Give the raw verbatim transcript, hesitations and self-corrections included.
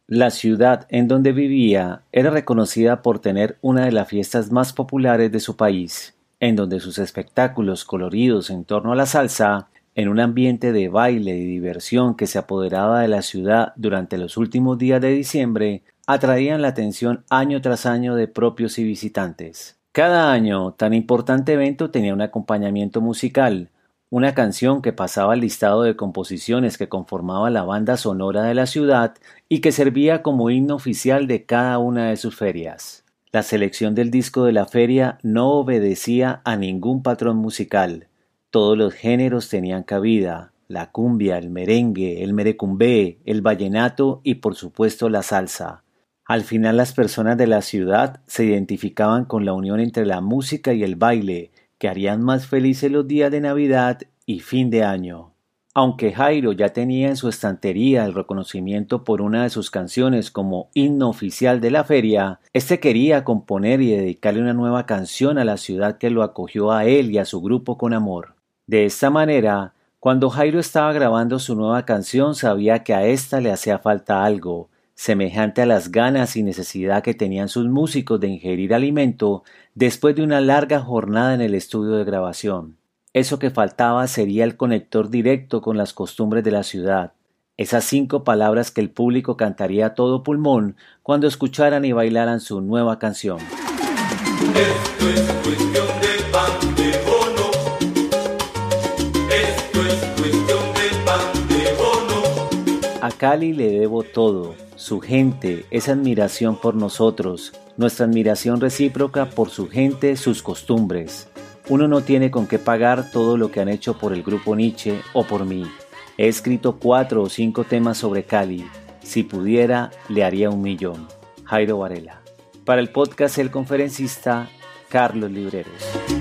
La ciudad en donde vivía era reconocida por tener una de las fiestas más populares de su país, en donde sus espectáculos coloridos en torno a la salsa, en un ambiente de baile y diversión que se apoderaba de la ciudad durante los últimos días de diciembre, atraían la atención año tras año de propios y visitantes. Cada año, tan importante evento tenía un acompañamiento musical, una canción que pasaba al listado de composiciones que conformaba la banda sonora de la ciudad y que servía como himno oficial de cada una de sus ferias. La selección del disco de la feria no obedecía a ningún patrón musical. Todos los géneros tenían cabida: la cumbia, el merengue, el merecumbé, el vallenato y por supuesto la salsa. Al final las personas de la ciudad se identificaban con la unión entre la música y el baile, que harían más felices los días de Navidad y fin de año. Aunque Jairo ya tenía en su estantería el reconocimiento por una de sus canciones como himno oficial de la feria, este quería componer y dedicarle una nueva canción a la ciudad que lo acogió a él y a su grupo con amor. De esta manera, cuando Jairo estaba grabando su nueva canción, sabía que a ésta le hacía falta algo, semejante a las ganas y necesidad que tenían sus músicos de ingerir alimento después de una larga jornada en el estudio de grabación. Eso que faltaba sería el conector directo con las costumbres de la ciudad, esas cinco palabras que el público cantaría a todo pulmón cuando escucharan y bailaran su nueva canción. Esto es cuestión de pan de bono. Esto es cuestión de pan de bono. A Cali le debo todo, su gente, esa admiración por nosotros, nuestra admiración recíproca por su gente, sus costumbres. Uno no tiene con qué pagar todo lo que han hecho por el grupo Nietzsche o por mí. He escrito cuatro o cinco temas sobre Cali. Si pudiera, le haría un millón. Jairo Varela. Para el podcast El Conferencista, Carlos Libreros.